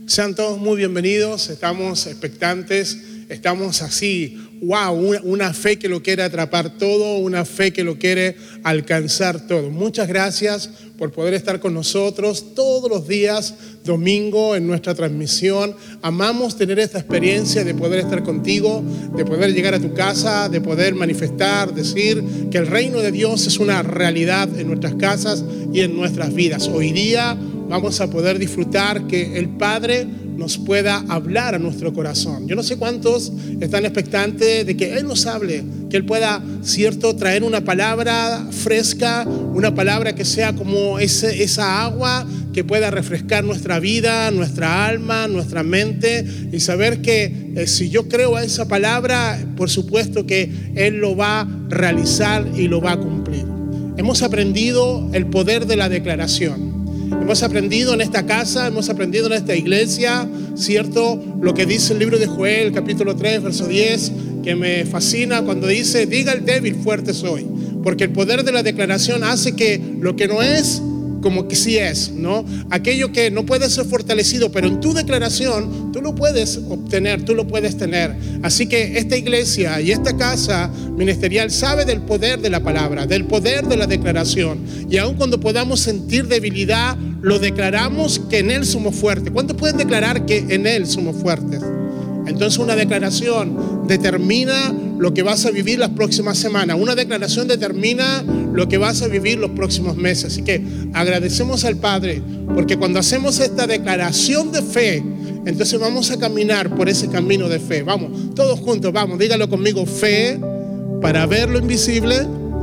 Sean todos muy bienvenidos, estamos expectantes, estamos así, una fe que lo quiere atrapar todo, una fe que lo quiere alcanzar todo. Muchas gracias por poder estar con nosotros todos los días, domingo, en nuestra transmisión. Amamos tener esta experiencia de poder estar contigo, de poder llegar a tu casa, de poder manifestar, decir que el reino de Dios es una realidad en nuestras casas y en nuestras vidas. Hoy día vamos a poder disfrutar que el Padre nos pueda hablar a nuestro corazón. Yo no sé cuántos están expectantes de que Él nos hable, que Él pueda, traer una palabra fresca, una palabra que sea como esa agua que pueda refrescar nuestra vida, nuestra alma, nuestra mente, y saber que si yo creo a esa palabra, por supuesto que Él lo va a realizar y lo va a cumplir. Hemos aprendido el poder de la declaración. Hemos aprendido en esta casa, hemos aprendido en esta iglesia, ¿cierto? Lo que dice el libro de Joel, capítulo 3, verso 10, que me fascina cuando dice: diga el débil, fuerte soy. Porque el poder de la declaración hace que lo que no es, como que sí es, ¿no? Aquello que no puede ser fortalecido, pero en tu declaración tú lo puedes obtener, tú lo puedes tener. Así que esta iglesia y esta casa ministerial sabe del poder de la palabra, del poder de la declaración. Y aun cuando podamos sentir debilidad, lo declaramos que en Él somos fuertes. ¿Cuántos pueden declarar que en Él somos fuertes? Entonces una declaración determina lo que vas a vivir las próximas semanas. Una declaración determina lo que vas a vivir los próximos meses. Así que agradecemos al Padre, porque cuando hacemos esta declaración de fe, entonces vamos a caminar por ese camino de fe. Vamos, todos juntos, vamos, dígalo conmigo: fe para ver lo invisible,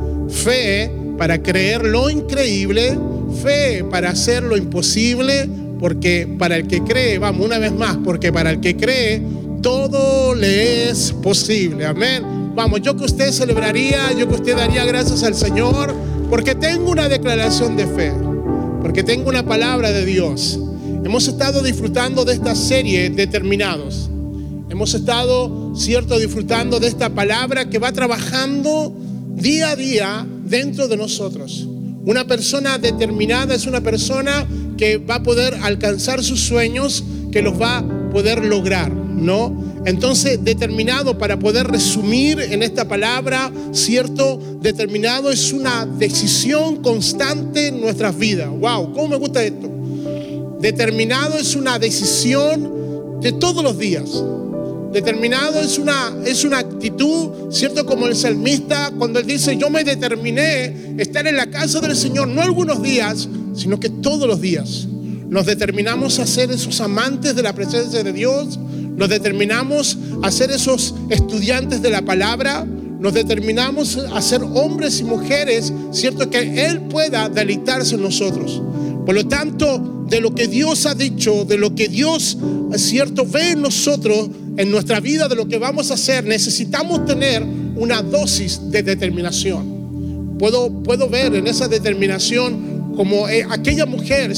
fe para creer lo increíble, fe para hacer lo imposible, porque para el que cree, vamos, una vez más, porque para el que cree, todo le es posible. Amén. Vamos, yo que usted celebraría, yo que usted daría gracias al Señor, porque tengo una declaración de fe, porque tengo una palabra de Dios. Hemos estado disfrutando de esta serie Determinados. Hemos estado, disfrutando de esta palabra que va trabajando día a día dentro de nosotros. Una persona determinada es una persona que va a poder alcanzar sus sueños, que los va a poder lograr, ¿no? Entonces, determinado, para poder resumir en esta palabra, determinado es una decisión constante en nuestras vidas. Wow, ¿cómo me gusta esto? Determinado es una decisión de todos los días. Determinado es una actitud, como el salmista cuando él dice: yo me determiné estar en la casa del Señor, no algunos días, sino que todos los días. Nos determinamos a ser esos amantes de la presencia de Dios, nos determinamos a ser esos estudiantes de la palabra, nos determinamos a ser hombres y mujeres, que Él pueda deleitarse en nosotros. Por lo tanto, de lo que Dios ha dicho, de lo que Dios, ve en nosotros, en nuestra vida, de lo que vamos a hacer, necesitamos tener una dosis de determinación. Puedo ver en esa determinación como aquella mujer,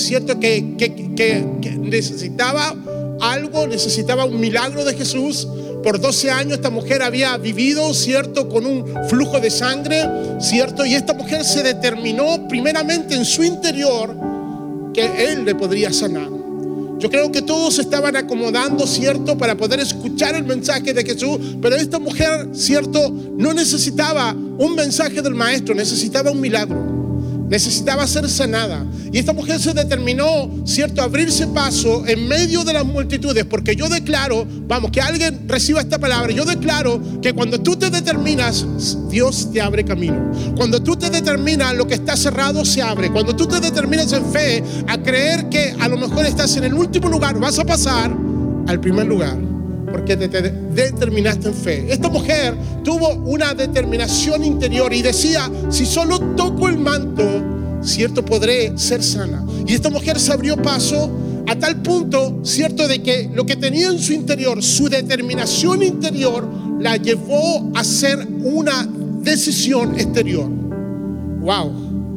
que necesitaba algo, necesitaba un milagro de Jesús. Por 12 años esta mujer había vivido, con un flujo de sangre, y esta mujer se determinó primeramente en su interior que Él le podría sanar. Yo creo que todos estaban acomodando, para poder escuchar el mensaje de Jesús, pero esta mujer, no necesitaba un mensaje del maestro, necesitaba un milagro. Necesitaba ser sanada. Y esta mujer se determinó, a abrirse paso en medio de las multitudes, porque yo declaro, que alguien reciba esta palabra. Yo declaro que cuando tú te determinas, Dios te abre camino. Cuando tú te determinas, lo que está cerrado se abre. Cuando tú te determinas en fe a creer que a lo mejor estás en el último lugar, vas a pasar al primer lugar, porque te determinaste en fe. Esta mujer tuvo una determinación interior y decía: si solo toco el manto, podré ser sana. Y esta mujer se abrió paso a tal punto, de que lo que tenía en su interior, su determinación interior, la llevó a hacer una decisión exterior. Wow.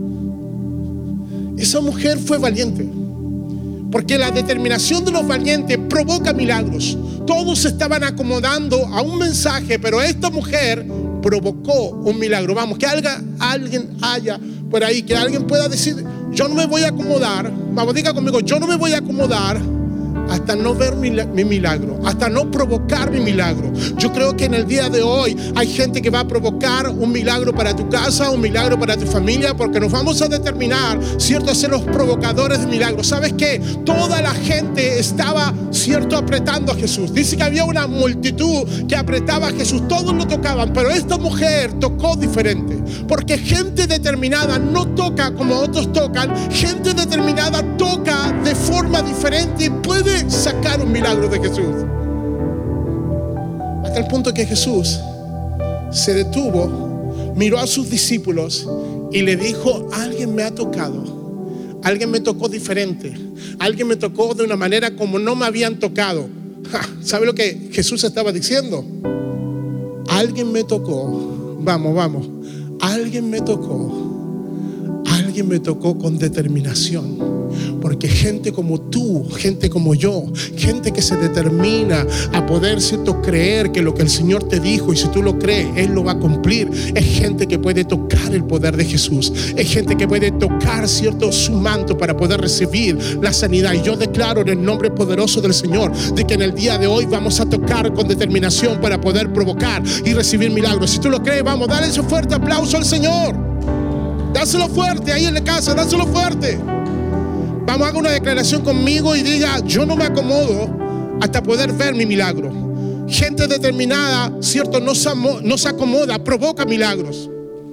Esa mujer fue valiente, porque la determinación de los valientes provoca milagros. Todos se estaban acomodando a un mensaje, pero esta mujer provocó un milagro. Vamos, que alguien haya por ahí, que alguien pueda decir: yo no me voy a acomodar. Vamos, diga conmigo: yo no me voy a acomodar hasta no ver mi milagro, hasta no provocar mi milagro. Yo creo que en el día de hoy hay gente que va a provocar un milagro para tu casa, un milagro para tu familia, porque nos vamos a determinar, ¿cierto?, a ser los provocadores de milagros. ¿Sabes qué? Toda la gente estaba, ¿cierto?, apretando a Jesús. Dice que había una multitud que apretaba a Jesús, todos lo tocaban, pero esta mujer tocó diferente, porque gente determinada no toca como otros tocan. Gente determinada toca de forma diferente y puede sacar un milagro de Jesús. Hasta el punto que Jesús se detuvo, miró a sus discípulos y le dijo: alguien me ha tocado, alguien me tocó diferente, alguien me tocó de una manera como no me habían tocado. ¿Sabe lo que Jesús estaba diciendo? Alguien me tocó, vamos, alguien me tocó. Alguien me tocó con determinación, porque gente como tú, gente como yo, gente que se determina a poder, ¿cierto?, creer que lo que el Señor te dijo, y si tú lo crees, Él lo va a cumplir. Es gente que puede tocar el poder de Jesús, es gente que puede tocar, ¿cierto?, su manto para poder recibir la sanidad. Y yo declaro en el nombre poderoso del Señor de que en el día de hoy vamos a tocar con determinación para poder provocar y recibir milagros. Si tú lo crees, vamos, dale ese fuerte aplauso al Señor. Dáselo fuerte ahí en la casa, dáselo fuerte. Vamos, haga una declaración conmigo y diga: yo no me acomodo hasta poder ver mi milagro. Gente determinada, ¿cierto?, no se acomoda, provoca milagros.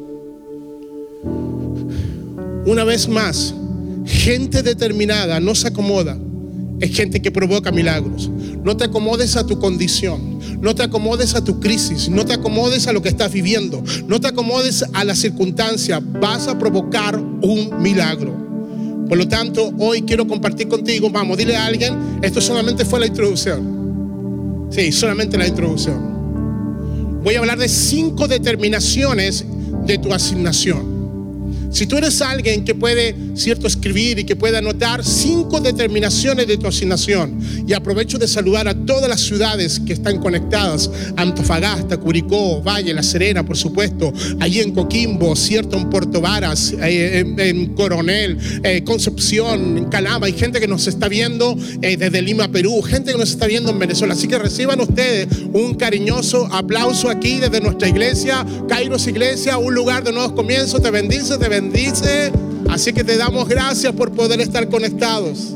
Una vez más, gente determinada no se acomoda, es gente que provoca milagros. No te acomodes a tu condición, no te acomodes a tu crisis, no te acomodes a lo que estás viviendo, no te acomodes a la circunstancia. Vas a provocar un milagro. Por lo tanto, hoy quiero compartir contigo, vamos, dile a alguien: esto solamente fue la introducción. Sí, solamente la introducción. Voy a hablar de 5 determinaciones de tu asignación. Si tú eres alguien que puede, ¿cierto?, escribir y que puede anotar 5 determinaciones de tu asignación. Y aprovecho de saludar a todas las ciudades que están conectadas: Antofagasta, Curicó, Valle, La Serena, por supuesto, allí en Coquimbo, ¿cierto?, en Puerto Varas, en Coronel, Concepción, en Calama. Hay gente que nos está viendo desde Lima, Perú, gente que nos está viendo en Venezuela. Así que reciban ustedes un cariñoso aplauso aquí desde nuestra iglesia, Kairos Iglesia, un lugar de nuevos comienzos. Te bendice, te bendice. Así que te damos gracias por poder estar conectados.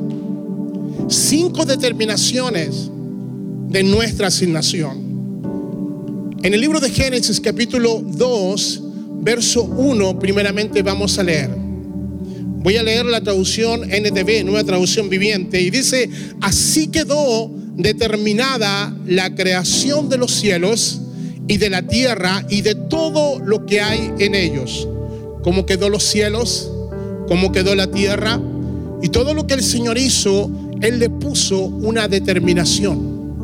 5 determinaciones de nuestra asignación. En el libro de Génesis, capítulo 2, verso 1, primeramente vamos a leer. Voy a leer la traducción NTV, Nueva Traducción Viviente, y dice: así quedó determinada la creación de los cielos y de la tierra y de todo lo que hay en ellos. Cómo quedó los cielos, cómo quedó la tierra, y todo lo que el Señor hizo, Él le puso una determinación.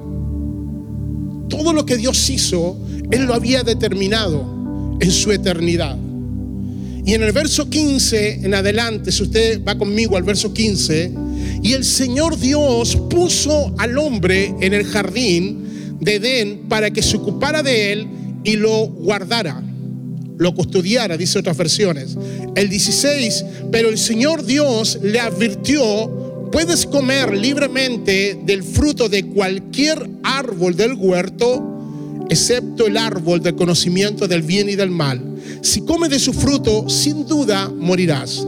Wow. Todo lo que Dios hizo, Él lo había determinado en su eternidad. Y en el verso 15 en adelante, si usted va conmigo al verso 15, y el Señor Dios puso al hombre en el jardín de Edén para que se ocupara de él y lo guardara, lo custodiara, dice otras versiones. El 16, pero el Señor Dios le advirtió: puedes comer libremente del fruto de cualquier árbol del huerto, excepto el árbol del conocimiento del bien y del mal. Si comes de su fruto, sin duda morirás.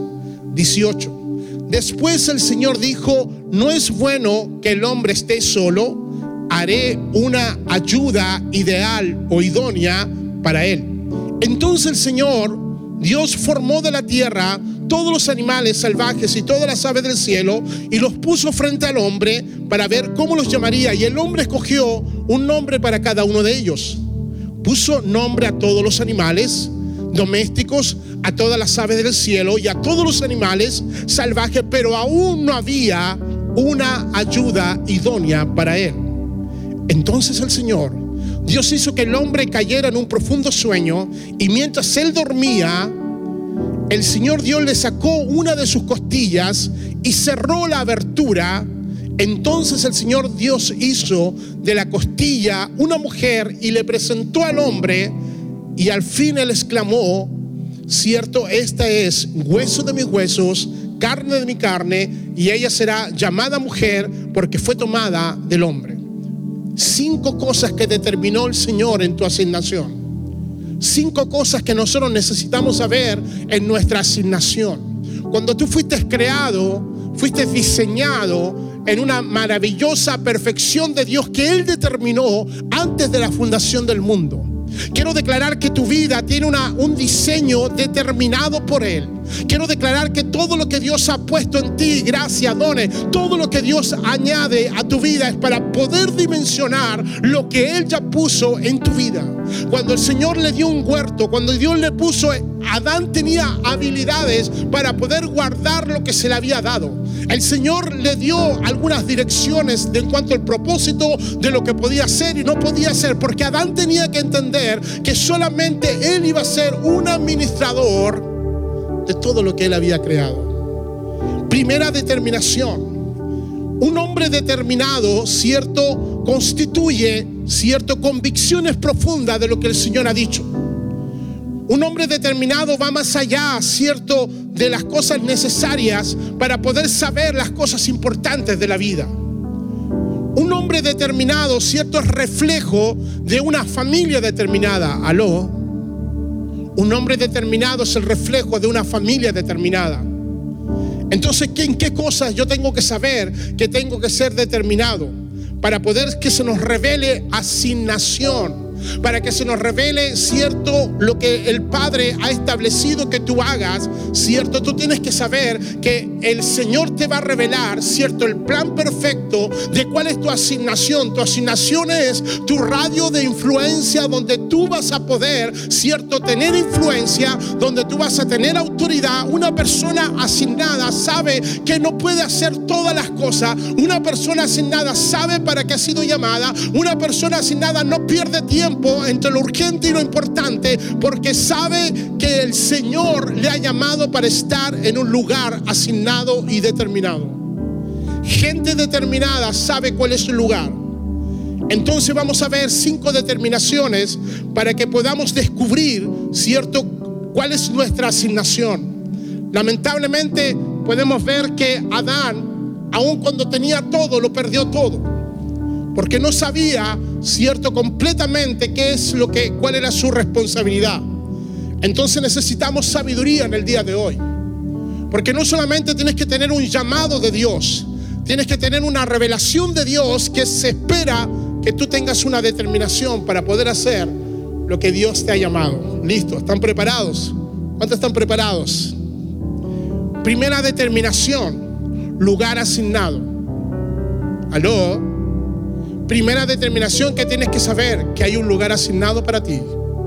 18, después el Señor dijo: no es bueno que el hombre esté solo, haré una ayuda ideal o idónea para él. Entonces el Señor Dios formó de la tierra todos los animales salvajes y todas las aves del cielo y los puso frente al hombre para ver cómo los llamaría. Y el hombre escogió un nombre para cada uno de ellos. Puso nombre a todos los animales domésticos, a todas las aves del cielo y a todos los animales salvajes, pero aún no había una ayuda idónea para él. Entonces el Señor Dios hizo que el hombre cayera en un profundo sueño, y mientras él dormía, el Señor Dios le sacó una de sus costillas y cerró la abertura. Entonces el Señor Dios hizo de la costilla una mujer y le presentó al hombre, y al fin él exclamó: cierto, esta es hueso de mis huesos, carne de mi carne, y ella será llamada mujer, porque fue tomada del hombre. 5 cosas que determinó el Señor en tu asignación. 5 cosas que nosotros necesitamos saber en nuestra asignación. Cuando tú fuiste creado, fuiste diseñado en una maravillosa perfección de Dios que Él determinó antes de la fundación del mundo. Quiero declarar que tu vida tiene un diseño determinado por Él. Quiero declarar que todo lo que Dios ha puesto en ti, gracia, dones, todo lo que Dios añade a tu vida es para poder dimensionar lo que Él ya puso en tu vida. Cuando el Señor le dio un huerto, cuando Dios le puso, Adán tenía habilidades para poder guardar lo que se le había dado. El Señor le dio algunas direcciones en cuanto al propósito de lo que podía hacer y no podía hacer, porque Adán tenía que entender que solamente él iba a ser un administrador de todo lo que él había creado. Primera determinación. Un hombre determinado, cierto, constituye, cierto, convicciones profundas de lo que el Señor ha dicho. Un hombre determinado va más allá, cierto, de las cosas necesarias para poder saber las cosas importantes de la vida. Un hombre determinado, cierto, es reflejo de una familia determinada. ¿Aló? Un hombre determinado es el reflejo de una familia determinada. Entonces, ¿en qué cosas yo tengo que saber que tengo que ser determinado? Para poder que se nos revele asignación. Para que se nos revele, cierto, lo que el Padre ha establecido que tú hagas, cierto, tú tienes que saber que el Señor te va a revelar, cierto, el plan perfecto de cuál es tu asignación. Tu asignación es tu radio de influencia, donde tú vas a poder, cierto, tener influencia, donde tú vas a tener autoridad. Una persona asignada sabe que no puede hacer todas las cosas. Una persona asignada sabe para qué ha sido llamada. Una persona asignada no pierde tiempo entre lo urgente y lo importante, porque sabe que el Señor le ha llamado para estar en un lugar asignado y determinado. Gente determinada sabe cuál es su lugar. Entonces vamos a ver 5 determinaciones para que podamos descubrir, cierto, cuál es nuestra asignación. Lamentablemente podemos ver que Adán, aun cuando tenía todo, lo perdió todo. Porque no sabía, cierto, completamente cuál era su responsabilidad. Entonces necesitamos sabiduría en el día de hoy. Porque no solamente tienes que tener un llamado de Dios, tienes que tener una revelación de Dios que se espera que tú tengas una determinación para poder hacer lo que Dios te ha llamado. ¿Listo? ¿Están preparados? ¿Cuántos están preparados? Primera determinación, lugar asignado. ¿Aló? Primera determinación que tienes que saber, que hay un lugar asignado para ti.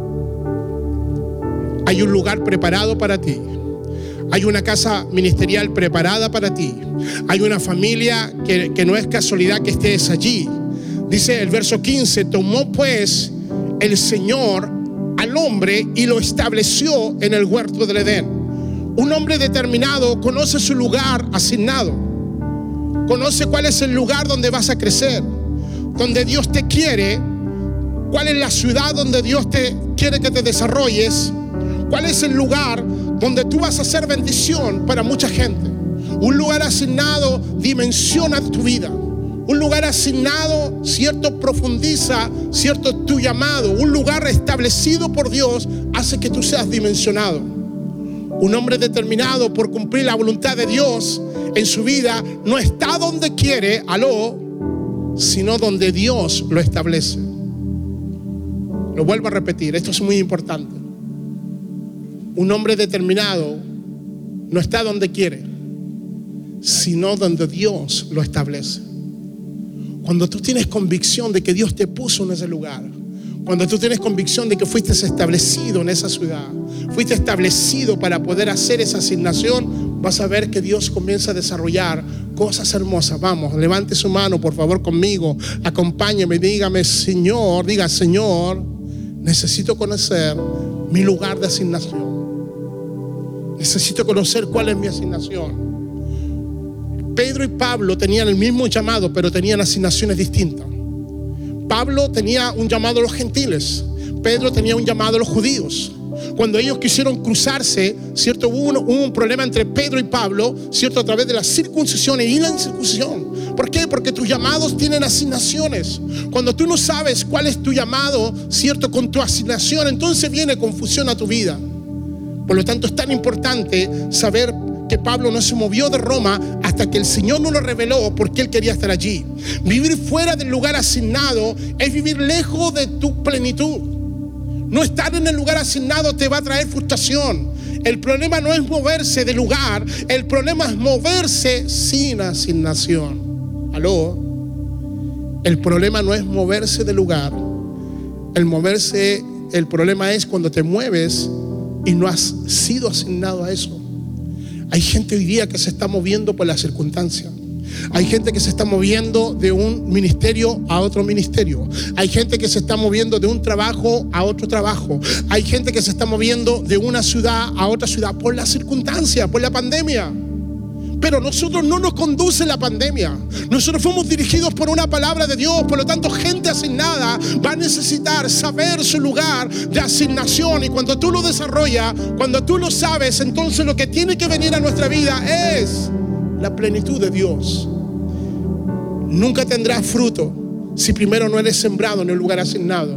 Hay un lugar preparado para ti. Hay una casa ministerial preparada para ti. Hay una familia que no es casualidad que estés allí. Dice el verso 15, tomó pues el Señor al hombre y lo estableció en el huerto del Edén. Un hombre determinado conoce su lugar asignado. Conoce cuál es el lugar donde vas a crecer, donde Dios te quiere, cuál es la ciudad donde Dios te quiere que te desarrolles, cuál es el lugar donde tú vas a hacer bendición para mucha gente. Un lugar asignado dimensiona tu vida. Un lugar asignado, cierto, profundiza, cierto, tu llamado. Un lugar establecido por Dios hace que tú seas dimensionado. Un hombre determinado por cumplir la voluntad de Dios en su vida no está donde quiere, sino donde Dios lo establece. Lo vuelvo a repetir, esto es muy importante. Un hombre determinado no está donde quiere, sino donde Dios lo establece. Cuando tú tienes convicción de que Dios te puso en ese lugar, cuando tú tienes convicción de que fuiste establecido en esa ciudad, fuiste establecido para poder hacer esa asignación, vas a ver que Dios comienza a desarrollar cosas hermosas. Vamos, levante su mano por favor conmigo, acompáñeme, dígame, Señor, diga, Señor, necesito conocer mi lugar de asignación. Necesito conocer cuál es mi asignación. Pedro y Pablo tenían el mismo llamado, pero tenían asignaciones distintas. Pablo tenía un llamado a los gentiles. Pedro tenía un llamado a los judíos. Cuando ellos quisieron cruzarse, ¿cierto? Hubo un problema entre Pedro y Pablo, ¿cierto? A través de la circuncisión y la incircuncisión. ¿Por qué? Porque tus llamados tienen asignaciones. Cuando tú no sabes cuál es tu llamado, ¿cierto? Con tu asignación, entonces viene confusión a tu vida. Por lo tanto, es tan importante saber que Pablo no se movió de Roma hasta que el Señor no lo reveló porque él quería estar allí. Vivir fuera del lugar asignado es vivir lejos de tu plenitud. No estar en el lugar asignado te va a traer frustración. El problema no es moverse de lugar, el problema es moverse sin asignación. ¿Aló? El problema no es moverse de lugar. El problema es cuando te mueves y no has sido asignado a eso. Hay gente hoy día que se está moviendo por las circunstancias. Hay gente que se está moviendo de un ministerio a otro ministerio. Hay gente que se está moviendo de un trabajo a otro trabajo. Hay gente que se está moviendo de una ciudad a otra ciudad por las circunstancias, por la pandemia. Pero nosotros no nos conduce la pandemia. Nosotros fuimos dirigidos por una palabra de Dios. Por lo tanto, gente asignada va a necesitar saber su lugar de asignación. Y cuando tú lo desarrollas, cuando tú lo sabes, entonces lo que tiene que venir a nuestra vida es la plenitud de Dios. Nunca tendrás fruto si primero no eres sembrado en el lugar asignado.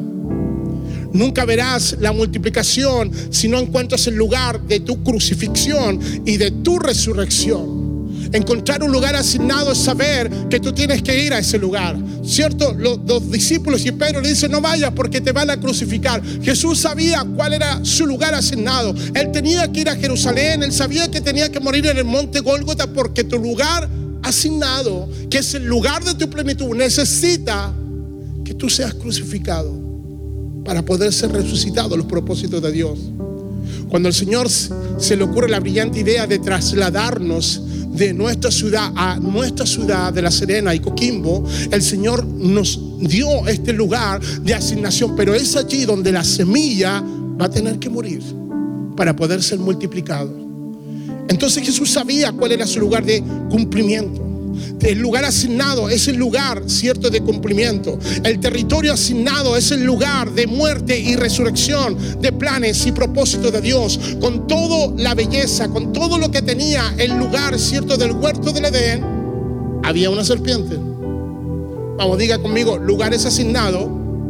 Nunca verás la multiplicación si no encuentras el lugar de tu crucifixión y de tu resurrección. Encontrar un lugar asignado es saber que tú tienes que ir a ese lugar, ¿cierto? Los discípulos y Pedro le dicen: no vayas porque te van a crucificar. Jesús sabía cuál era su lugar asignado. Él tenía que ir a Jerusalén. Él sabía que tenía que morir en el monte Gólgota porque tu lugar asignado, que es el lugar de tu plenitud, necesita que tú seas crucificado para poder ser resucitado a los propósitos de Dios. Cuando al Señor se le ocurre la brillante idea de trasladarnos de nuestra ciudad a nuestra ciudad de La Serena y Coquimbo, el Señor nos dio este lugar de asignación, pero es allí donde la semilla va a tener que morir para poder ser multiplicado. Entonces Jesús sabía cuál era su lugar de cumplimiento. El lugar asignado es el lugar, ¿cierto?, de cumplimiento. El territorio asignado es el lugar de muerte y resurrección, de planes y propósitos de Dios. Con toda la belleza, con todo lo que tenía el lugar, ¿cierto?, del huerto del Edén, había una serpiente. Vamos, diga conmigo: lugares asignados,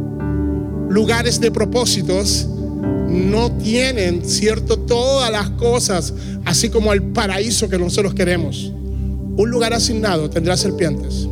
lugares de propósitos, no tienen, ¿cierto?, todas las cosas, así como el paraíso que nosotros queremos. Un lugar asignado tendrá serpientes.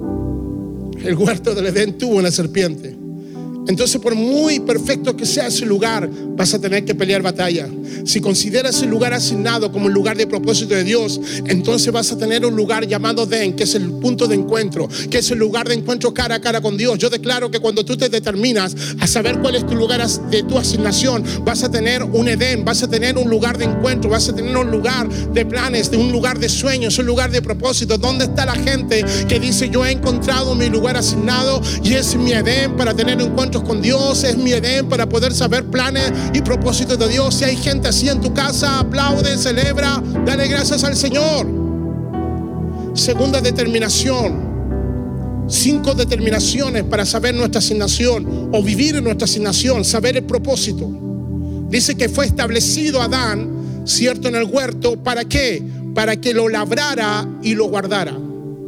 El huerto del Edén tuvo una serpiente. Entonces, por muy perfecto que sea ese lugar, vas a tener que pelear batalla. Si consideras el lugar asignado como el lugar de propósito de Dios, entonces vas a tener un lugar llamado Edén, que es el punto de encuentro, que es el lugar de encuentro cara a cara con Dios. Yo declaro que cuando tú te determinas a saber cuál es tu lugar de tu asignación, vas a tener un Edén, vas a tener un lugar de encuentro, vas a tener un lugar de planes, de un lugar de sueños, un lugar de propósito. ¿Dónde está la gente que dice: yo he encontrado mi lugar asignado y es mi Edén para tener encuentros con Dios, es mi Edén para poder saber planes y propósitos de Dios? Si hay gente así en tu casa, aplaude, celebra, dale gracias al Señor. Segunda determinación, 5 determinaciones para saber nuestra asignación o vivir en nuestra asignación, saber el propósito. Dice que fue establecido Adán, ¿cierto?, en el huerto. ¿Para qué? Para que lo labrara y lo guardara.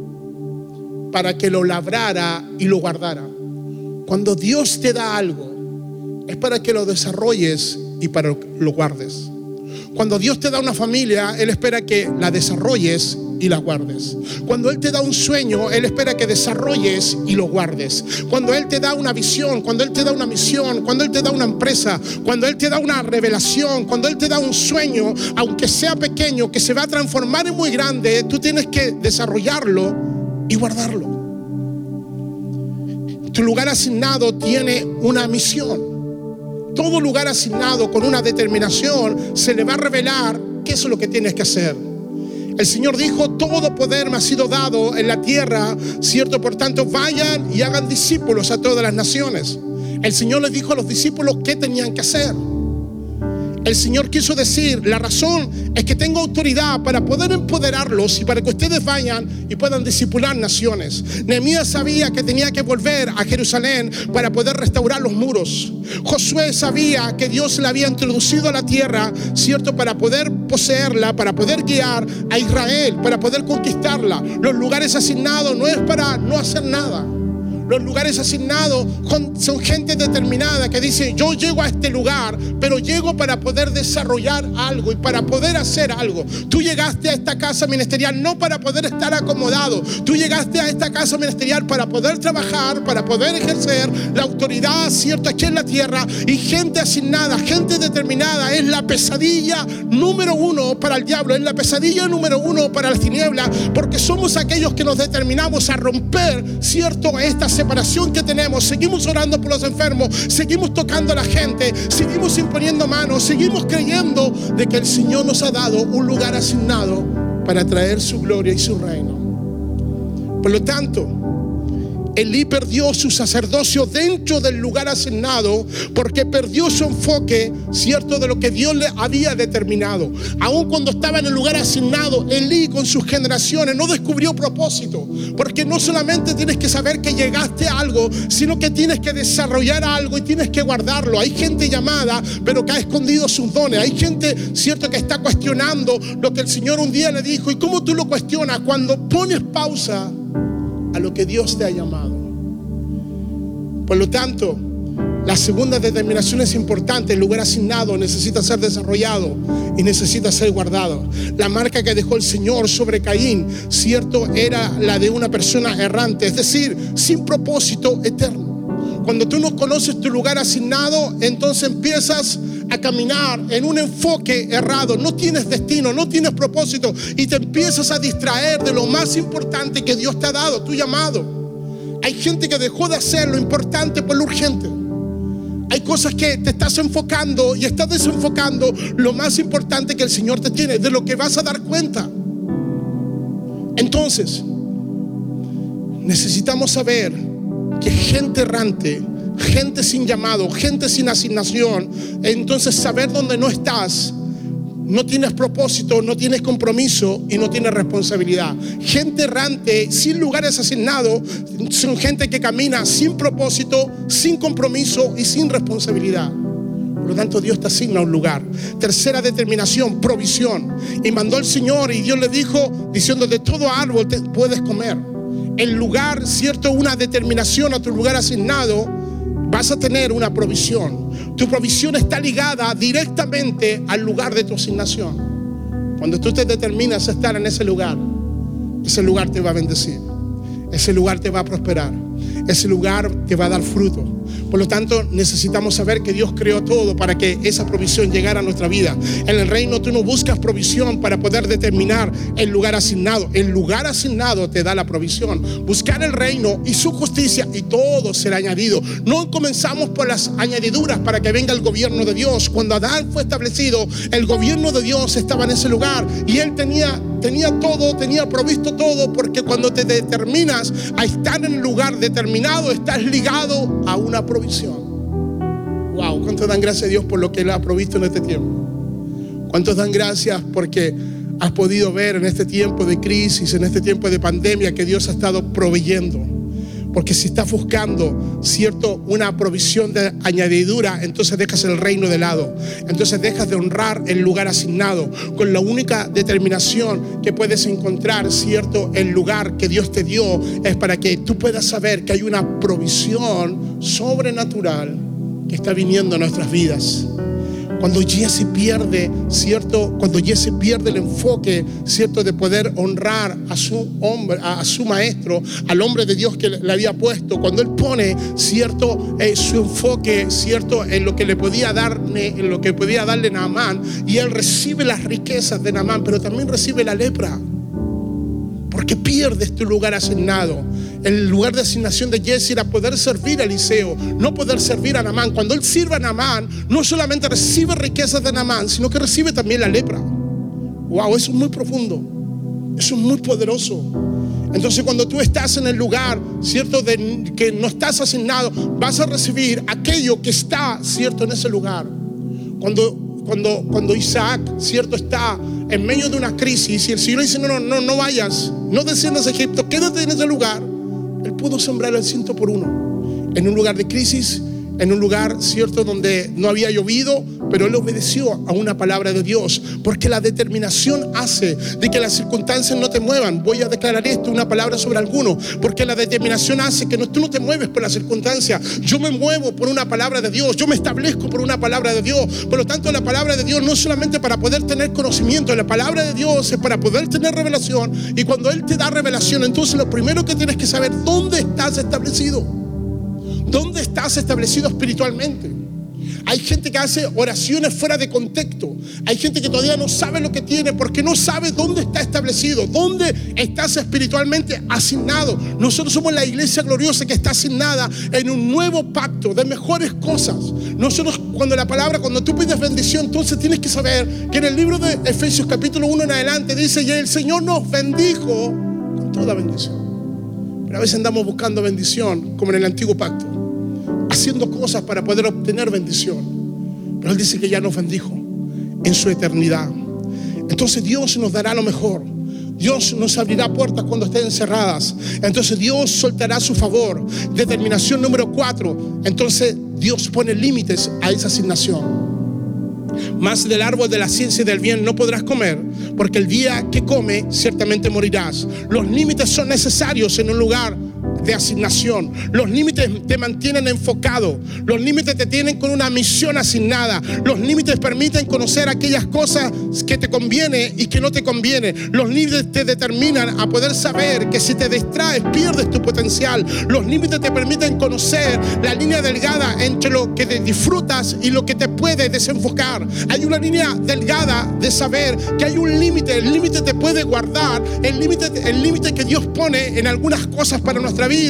Para que lo labrara y lo guardara. Cuando Dios te da algo, es para que lo desarrolles y para que lo guardes. Cuando Dios te da una familia, Él espera que la desarrolles y la guardes. Cuando Él te da un sueño, Él espera que desarrolles y lo guardes. Cuando Él te da una visión, cuando Él te da una misión, cuando Él te da una empresa, cuando Él te da una revelación, cuando Él te da un sueño, aunque sea pequeño, que se va a transformar en muy grande, tú tienes que desarrollarlo y guardarlo. Tu lugar asignado tiene una misión. Todo lugar asignado con una determinación se le va a revelar qué es lo que tienes que hacer. El Señor dijo: todo poder me ha sido dado en la tierra, ¿cierto? Por tanto, vayan y hagan discípulos a todas las naciones. El Señor les dijo a los discípulos qué tenían que hacer. El Señor quiso decir, la razón es que tengo autoridad para poder empoderarlos y para que ustedes vayan y puedan discipular naciones. Nehemías sabía que tenía que volver a Jerusalén para poder restaurar los muros. Josué sabía que Dios le había introducido a la tierra, ¿cierto?, para poder poseerla, para poder guiar a Israel, para poder conquistarla. Los lugares asignados no es para no hacer nada. Los lugares asignados son gente determinada que dice, yo llego a este lugar, pero llego para poder desarrollar algo y para poder hacer algo. Tú llegaste a esta casa ministerial no para poder estar acomodado. Tú llegaste a esta casa ministerial para poder trabajar, para poder ejercer la autoridad, ¿cierto?, aquí en la tierra. Y gente asignada, gente determinada es la pesadilla número uno para el diablo, es la pesadilla número uno para las tinieblas, porque somos aquellos que nos determinamos a romper, ¿cierto?, esta separación que tenemos. Seguimos orando por los enfermos, seguimos tocando a la gente, seguimos imponiendo manos, seguimos creyendo de que el Señor nos ha dado un lugar asignado para traer su gloria y su reino. Por lo tanto, Elí perdió su sacerdocio dentro del lugar asignado porque perdió su enfoque, ¿cierto?, de lo que Dios le había determinado. Aún cuando estaba en el lugar asignado, Elí con sus generaciones no descubrió propósito, porque no solamente tienes que saber que llegaste a algo, sino que tienes que desarrollar algo y tienes que guardarlo. Hay gente llamada, pero que ha escondido sus dones. Hay gente, ¿cierto?, que está cuestionando lo que el Señor un día le dijo. ¿Y cómo tú lo cuestionas? Cuando pones pausa a lo que Dios te ha llamado. Por lo tanto, la segunda determinación es importante. El lugar asignado necesita ser desarrollado y necesita ser guardado. La marca que dejó el Señor sobre Caín, ¿cierto?, era la de una persona errante, es decir, sin propósito eterno. Cuando tú no conoces tu lugar asignado, entonces empiezas a caminar en un enfoque errado. No tienes destino, no tienes propósito y te empiezas a distraer de lo más importante que Dios te ha dado, tu llamado. Hay gente que dejó de hacer lo importante por lo urgente. Hay cosas que te estás enfocando y estás desenfocando lo más importante que el Señor te tiene, de lo que vas a dar cuenta. Entonces, necesitamos saber que gente errante, gente sin llamado, gente sin asignación, entonces saber dónde no estás, no tienes propósito, no tienes compromiso y no tienes responsabilidad. Gente errante, sin lugares asignados, son gente que camina sin propósito, sin compromiso y sin responsabilidad. Por lo tanto, Dios te asigna un lugar. Tercera determinación, provisión. Y mandó el Señor y Dios le dijo, diciendo, de todo árbol te puedes comer. El lugar, ¿cierto?, una determinación a tu lugar asignado, vas a tener una provisión. Tu provisión está ligada directamente al lugar de tu asignación. Cuando tú te determinas a estar en ese lugar te va a bendecir. Ese lugar te va a prosperar. Ese lugar te va a dar fruto. Por lo tanto, necesitamos saber que Dios creó todo para que esa provisión llegara a nuestra vida. En el reino tú no buscas provisión para poder determinar el lugar asignado. El lugar asignado te da la provisión. Buscar el reino y su justicia y todo será añadido. No comenzamos por las añadiduras para que venga el gobierno de Dios. Cuando Adán fue establecido, el gobierno de Dios estaba en ese lugar y él tenía todo, tenía provisto todo, porque cuando te determinas a estar en el lugar determinado, estás ligado a una provisión. Wow, ¿cuántos dan gracias a Dios por lo que Él ha provisto en este tiempo? ¿Cuántos dan gracias porque has podido ver en este tiempo de crisis, en este tiempo de pandemia, que Dios ha estado proveyendo? Porque si estás buscando, ¿cierto?, una provisión de añadidura, entonces dejas el reino de lado. Entonces dejas de honrar el lugar asignado. Con la única determinación que puedes encontrar, ¿cierto?, el lugar que Dios te dio es para que tú puedas saber que hay una provisión sobrenatural que está viniendo a nuestras vidas. Cuando Jesse pierde, ¿cierto?, cuando Jesse pierde el enfoque, ¿cierto?, de poder honrar a su hombre, a su maestro, al hombre de Dios que le había puesto, cuando él pone, ¿cierto?, su enfoque, ¿cierto?, en lo que le podía darle, en lo que podía darle Naamán, y él recibe las riquezas de Naamán, pero también recibe la lepra, porque pierdes tu lugar asignado. El lugar de asignación de Jesse era poder servir a Eliseo, no poder servir a Naamán. Cuando él sirve a Naamán, no solamente recibe riquezas de Naamán, sino que recibe también la lepra. Wow, eso es muy profundo, eso es muy poderoso. Entonces, cuando tú estás en el lugar, ¿cierto?, de que no estás asignado, vas a recibir aquello que está, ¿cierto?, en ese lugar. cuando Isaac, cierto, está en medio de una crisis y el Señor dice, no vayas, no desciendas a Egipto, quédate en ese lugar. Él pudo sembrar el 100 por 1 en un lugar de crisis, en un lugar, cierto, donde no había llovido, pero él obedeció a una palabra de Dios, porque la determinación hace de que las circunstancias no te muevan. Voy a declarar esto, una palabra sobre alguno, porque la determinación hace que tú no te mueves por las circunstancias. Yo me muevo por una palabra de Dios, yo me establezco por una palabra de Dios. Por lo tanto, la palabra de Dios no es solamente para poder tener conocimiento, la palabra de Dios es para poder tener revelación. Y cuando Él te da revelación, entonces lo primero que tienes que saber, ¿dónde estás establecido? ¿Dónde estás establecido espiritualmente? Hay gente que hace oraciones fuera de contexto. Hay gente que todavía no sabe lo que tiene porque no sabe dónde está establecido, dónde estás espiritualmente asignado. Nosotros somos la iglesia gloriosa que está asignada en un nuevo pacto de mejores cosas. Nosotros, cuando tú pides bendición, entonces tienes que saber que en el libro de Efesios capítulo 1 en adelante dice: y el Señor nos bendijo con toda bendición. Pero a veces andamos buscando bendición como en el antiguo pacto, haciendo cosas para poder obtener bendición. Pero Él dice que ya nos bendijo en su eternidad. Entonces Dios nos dará lo mejor. Dios nos abrirá puertas cuando estén cerradas. Entonces Dios soltará su favor. Determinación número 4. Entonces Dios pone límites a esa asignación. Más del árbol de la ciencia y del bien no podrás comer, porque el día que come ciertamente morirás. Los límites son necesarios en un lugar de asignación. Los límites te mantienen enfocado. Los límites te tienen con una misión asignada. Los límites permiten conocer aquellas cosas que te conviene y que no te conviene. Los límites te determinan a poder saber que si te distraes pierdes tu potencial. Los límites te permiten conocer la línea delgada entre lo que te disfrutas y lo que te puede desenfocar. Hay una línea delgada de saber que hay un límite. El límite te puede guardar. El límite que Dios pone en algunas cosas para nuestra vida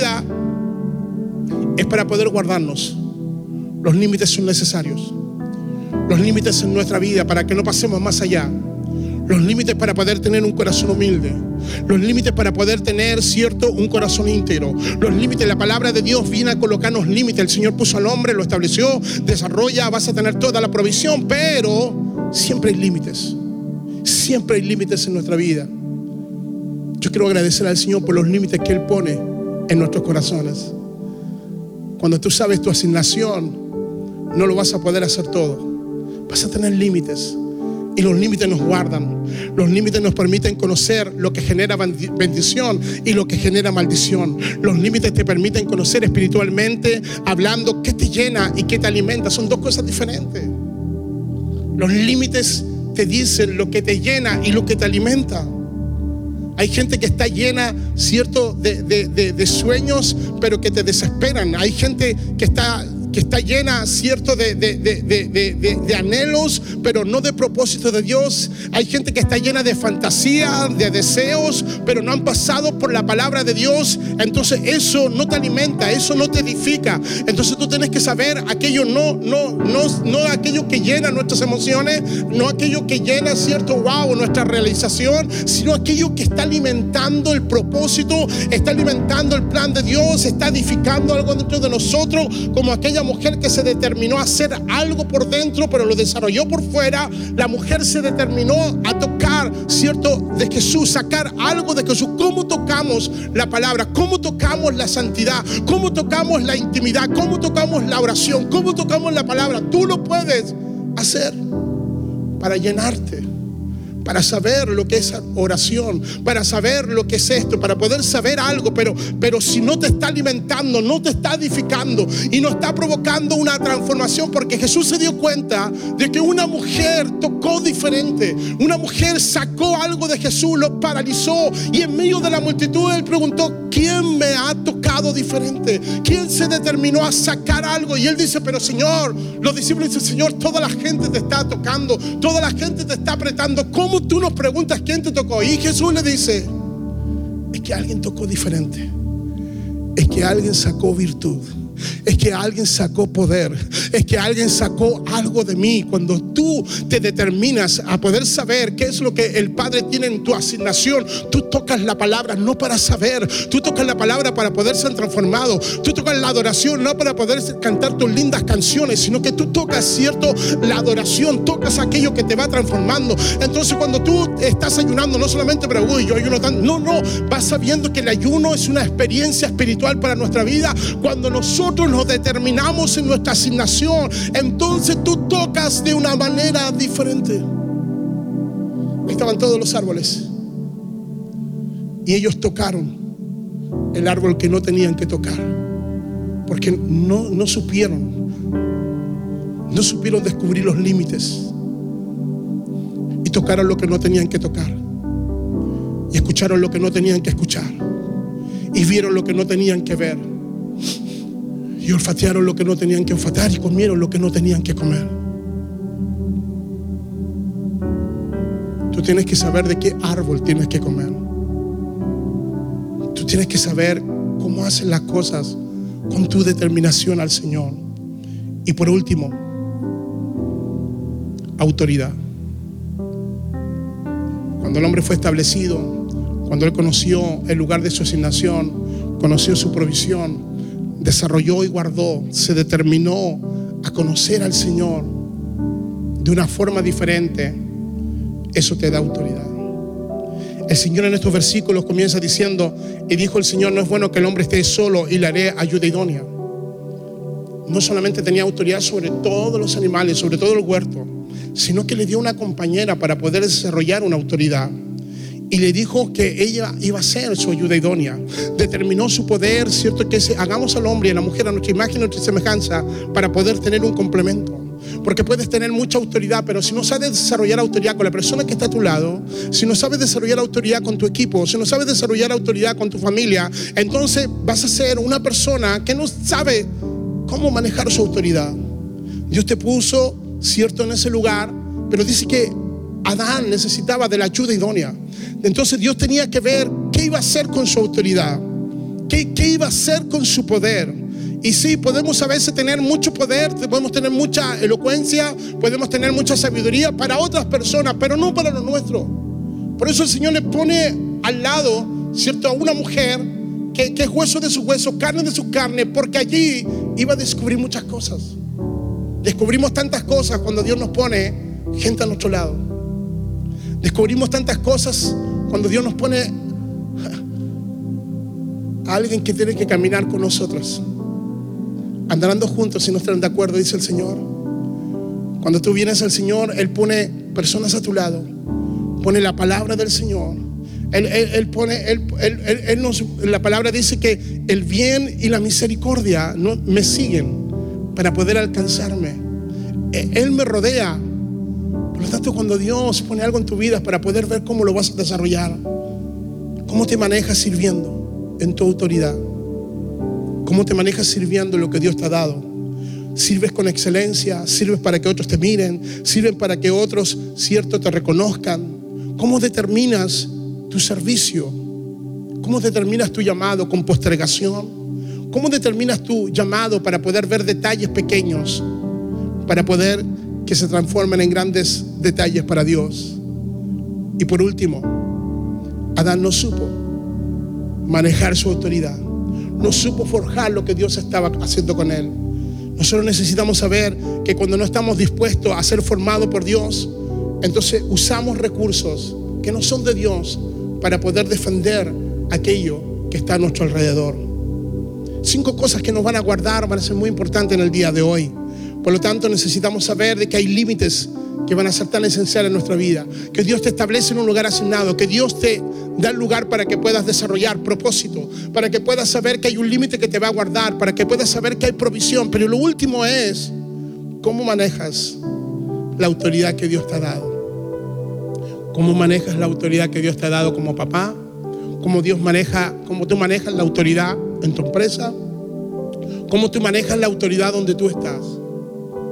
es para poder guardarnos. Los límites son necesarios. Los límites en nuestra vida para que no pasemos más allá. Los límites para poder tener un corazón humilde. Los límites para poder tener, cierto, un corazón íntegro. Los límites, la palabra de Dios viene a colocarnos límites. El Señor puso al hombre, lo estableció, desarrolla, vas a tener toda la provisión, pero siempre hay límites. Siempre hay límites en nuestra vida. Yo quiero agradecer al Señor por los límites que Él pone en nuestros corazones. Cuando tú sabes tu asignación, no lo vas a poder hacer todo. Vas a tener límites. Y los límites nos guardan. Los límites nos permiten conocer lo que genera bendición y lo que genera maldición. Los límites te permiten conocer espiritualmente, hablando, qué te llena y qué te alimenta. Son dos cosas diferentes. Los límites te dicen lo que te llena y lo que te alimenta. Hay gente que está llena, cierto, de sueños, pero que te desesperan. Hay gente que está llena, cierto, de anhelos, pero no de propósito de Dios. Hay gente que está llena de fantasía, de deseos, pero no han pasado por la palabra de Dios. Entonces eso no te alimenta, eso no te edifica. Entonces tú tienes que saber aquello no aquello que llena nuestras emociones, no aquello que llena, cierto, nuestra realización, sino aquello que está alimentando el propósito, está alimentando el plan de Dios, está edificando algo dentro de nosotros, como aquella mujer que se determinó a hacer algo por dentro, pero lo desarrolló por fuera. La mujer se determinó a tocar, cierto, de Jesús, sacar algo de Jesús. ¿Cómo tocamos la palabra? ¿Cómo tocamos la santidad? ¿Cómo tocamos la intimidad? ¿Cómo tocamos la oración? ¿Cómo tocamos la palabra? Tú lo puedes hacer para llenarte, para saber lo que es oración, para saber lo que es esto, para poder saber algo, pero si no te está alimentando, no te está edificando y no está provocando una transformación, porque Jesús se dio cuenta de que una mujer tocó diferente, una mujer sacó algo de Jesús, lo paralizó, y en medio de la multitud Él preguntó: ¿quién me ha tocado diferente? ¿Quién se determinó a sacar algo? Y Él dice: pero Señor, los discípulos dicen: Señor, toda la gente te está tocando, toda la gente te está apretando, ¿cómo tú nos preguntas quién te tocó? Y Jesús le dice: es que alguien tocó diferente, es que alguien sacó virtud, es que alguien sacó poder, es que alguien sacó algo de mí. Cuando tú te determinas a poder saber qué es lo que el Padre tiene en tu asignación, tú tocas la palabra no para saber, tú tocas la palabra para poder ser transformado, tú tocas la adoración no para poder cantar tus lindas canciones, sino que tú tocas, ¿cierto?, la adoración, tocas aquello que te va transformando. Entonces cuando tú estás ayunando, no solamente para yo ayuno tanto, no, vas sabiendo que el ayuno es una experiencia espiritual para nuestra vida. Cuando nosotros nos determinamos en nuestra asignación, entonces tú tocas de una manera diferente. Estaban todos los árboles y ellos tocaron el árbol que no tenían que tocar, porque no supieron descubrir los límites, y tocaron lo que no tenían que tocar, y escucharon lo que no tenían que escuchar, y vieron lo que no tenían que ver, y olfatearon lo que no tenían que olfatear, y comieron lo que no tenían que comer. Tú tienes que saber de qué árbol tienes que comer. Tú tienes que saber cómo haces las cosas con tu determinación al Señor. Y por último, autoridad. Cuando el hombre fue establecido, cuando él conoció el lugar de su asignación, conoció su provisión, desarrolló y guardó, se determinó a conocer al Señor de una forma diferente, eso te da autoridad. El Señor en estos versículos comienza diciendo: y dijo el Señor, no es bueno que el hombre esté solo, y le haré ayuda idónea. No solamente tenía autoridad sobre todos los animales, sobre todo el huerto, sino que le dio una compañera para poder desarrollar una autoridad. Y le dijo que ella iba a ser su ayuda idónea. Determinó su poder, ¿cierto? Que hagamos al hombre y a la mujer a nuestra imagen y nuestra semejanza para poder tener un complemento. Porque puedes tener mucha autoridad, pero si no sabes desarrollar autoridad con la persona que está a tu lado, si no sabes desarrollar autoridad con tu equipo, si no sabes desarrollar autoridad con tu familia, entonces vas a ser una persona que no sabe cómo manejar su autoridad. Dios te puso, ¿cierto?, en ese lugar, pero dice que Adán necesitaba de la ayuda idónea. Entonces Dios tenía que ver qué iba a hacer con su autoridad, qué iba a hacer con su poder. Y sí, podemos a veces tener mucho poder, podemos tener mucha elocuencia, podemos tener mucha sabiduría para otras personas, pero no para lo nuestro. Por eso el Señor le pone al lado, ¿cierto?, a una mujer que es hueso de sus huesos, carne de sus carnes, porque allí iba a descubrir muchas cosas. Descubrimos tantas cosas cuando Dios nos pone gente a nuestro lado. Descubrimos tantas cosas cuando Dios nos pone a alguien que tiene que caminar con nosotros. Andando juntos si no están de acuerdo, dice el Señor. Cuando tú vienes al Señor, Él pone personas a tu lado, pone la palabra del Señor. La palabra dice que el bien y la misericordia me siguen para poder alcanzarme. Él me rodea. Por lo tanto, cuando Dios pone algo en tu vida, para poder ver cómo lo vas a desarrollar, cómo te manejas sirviendo en tu autoridad, cómo te manejas sirviendo lo que Dios te ha dado. Sirves con excelencia, sirves para que otros te miren, sirves para que otros, cierto, te reconozcan. ¿Cómo determinas tu servicio? ¿Cómo determinas tu llamado? ¿Con postergación? ¿Cómo determinas tu llamado para poder ver detalles pequeños, para poder que se transformen en grandes detalles para Dios? Y por último, Adán no supo manejar su autoridad, no supo forjar lo que Dios estaba haciendo con él. Nosotros necesitamos saber que cuando no estamos dispuestos a ser formados por Dios, entonces usamos recursos que no son de Dios para poder defender aquello que está a nuestro alrededor. 5 cosas que nos van a guardar van a ser muy importantes en el día de hoy. Por lo tanto, necesitamos saber de que hay límites que van a ser tan esenciales en nuestra vida, que Dios te establece en un lugar asignado, que Dios te da el lugar para que puedas desarrollar propósito, para que puedas saber que hay un límite que te va a guardar, para que puedas saber que hay provisión. Pero lo último es cómo manejas la autoridad que Dios te ha dado. Cómo manejas la autoridad que Dios te ha dado como papá, cómo tú manejas la autoridad en tu empresa, cómo tú manejas la autoridad donde tú estás.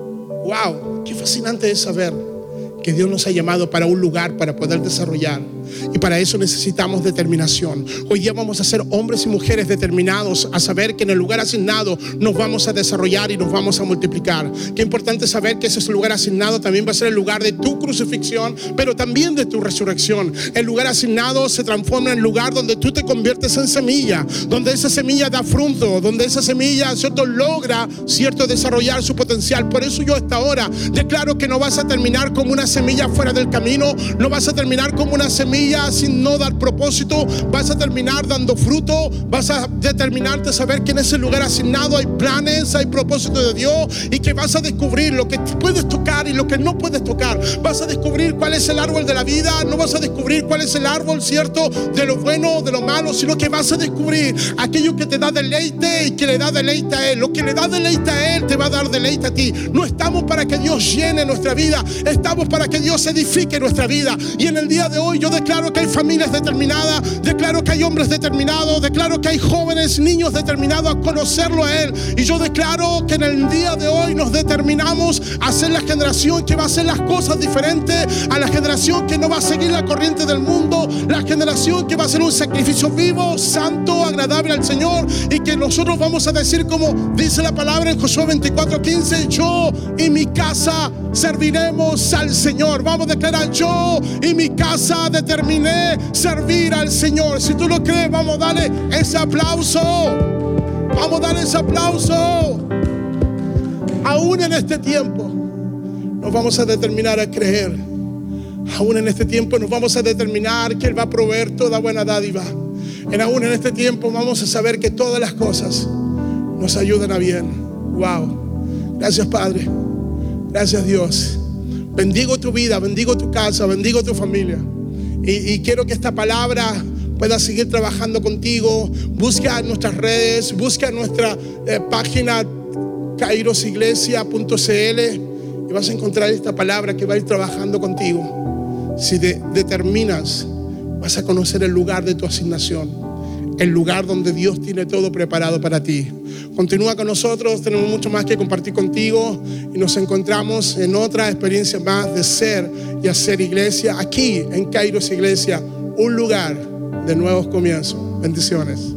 ¡Wow! Qué fascinante es saber que Dios nos ha llamado para un lugar para poder desarrollar, Y para eso necesitamos determinación. Hoy día vamos a ser hombres y mujeres determinados a saber que en el lugar asignado nos vamos a desarrollar y nos vamos a multiplicar. Qué importante saber que ese lugar asignado también va a ser el lugar de tu crucifixión, pero también de tu resurrección. El lugar asignado se transforma en el lugar donde tú te conviertes en semilla, donde esa semilla da fruto, donde esa semilla, ¿cierto?, logra, ¿cierto?, desarrollar su potencial. Por eso yo hasta ahora declaro que no vas a terminar como una semilla fuera del camino, no vas a terminar como una semilla sin no dar propósito, vas a terminar dando fruto, vas a determinarte a saber que en ese lugar asignado hay planes, hay propósitos de Dios, y que vas a descubrir lo que puedes tocar y lo que no puedes tocar. Vas a descubrir cuál es el árbol de la vida, no vas a descubrir cuál es el árbol, ¿cierto?, de lo bueno, de lo malo, sino que vas a descubrir aquello que te da deleite y que le da deleite a Él. Lo que le da deleite a Él te va a dar deleite a ti. No estamos para que Dios llene nuestra vida, estamos para que Dios edifique nuestra vida. Y en el día de hoy yo declaro que hay familias determinadas, declaro que hay hombres determinados, declaro que hay jóvenes, niños determinados a conocerlo a Él. Y yo declaro que en el día de hoy nos determinamos a ser la generación que va a hacer las cosas diferentes, a la generación que no va a seguir la corriente del mundo, la generación que va a hacer un sacrificio vivo, santo, agradable al Señor, y que nosotros vamos a decir como dice la palabra en Josué 24:15: yo y mi casa serviremos al Señor. Vamos a declarar: yo y mi casa determiné servir al Señor. Si tú lo crees, vamos a darle ese aplauso. Vamos a darle ese aplauso. Aún en este tiempo nos vamos a determinar a creer. Aún en este tiempo nos vamos a determinar que Él va a proveer toda buena dádiva. Aún en este tiempo vamos a saber que todas las cosas nos ayudan a bien. Wow. Gracias, Padre. Gracias, Dios. Bendigo tu vida, bendigo tu casa, bendigo tu familia. Y quiero que esta palabra pueda seguir trabajando contigo. Busca nuestras redes, busca nuestra página kairosiglesia.cl y vas a encontrar esta palabra que va a ir trabajando contigo. Si te determinas, vas a conocer el lugar de tu asignación, el lugar donde Dios tiene todo preparado para ti. Continúa con nosotros, tenemos mucho más que compartir contigo y nos encontramos en otra experiencia más de ser y hacer iglesia aquí en Kairos Iglesia, un lugar de nuevos comienzos. Bendiciones.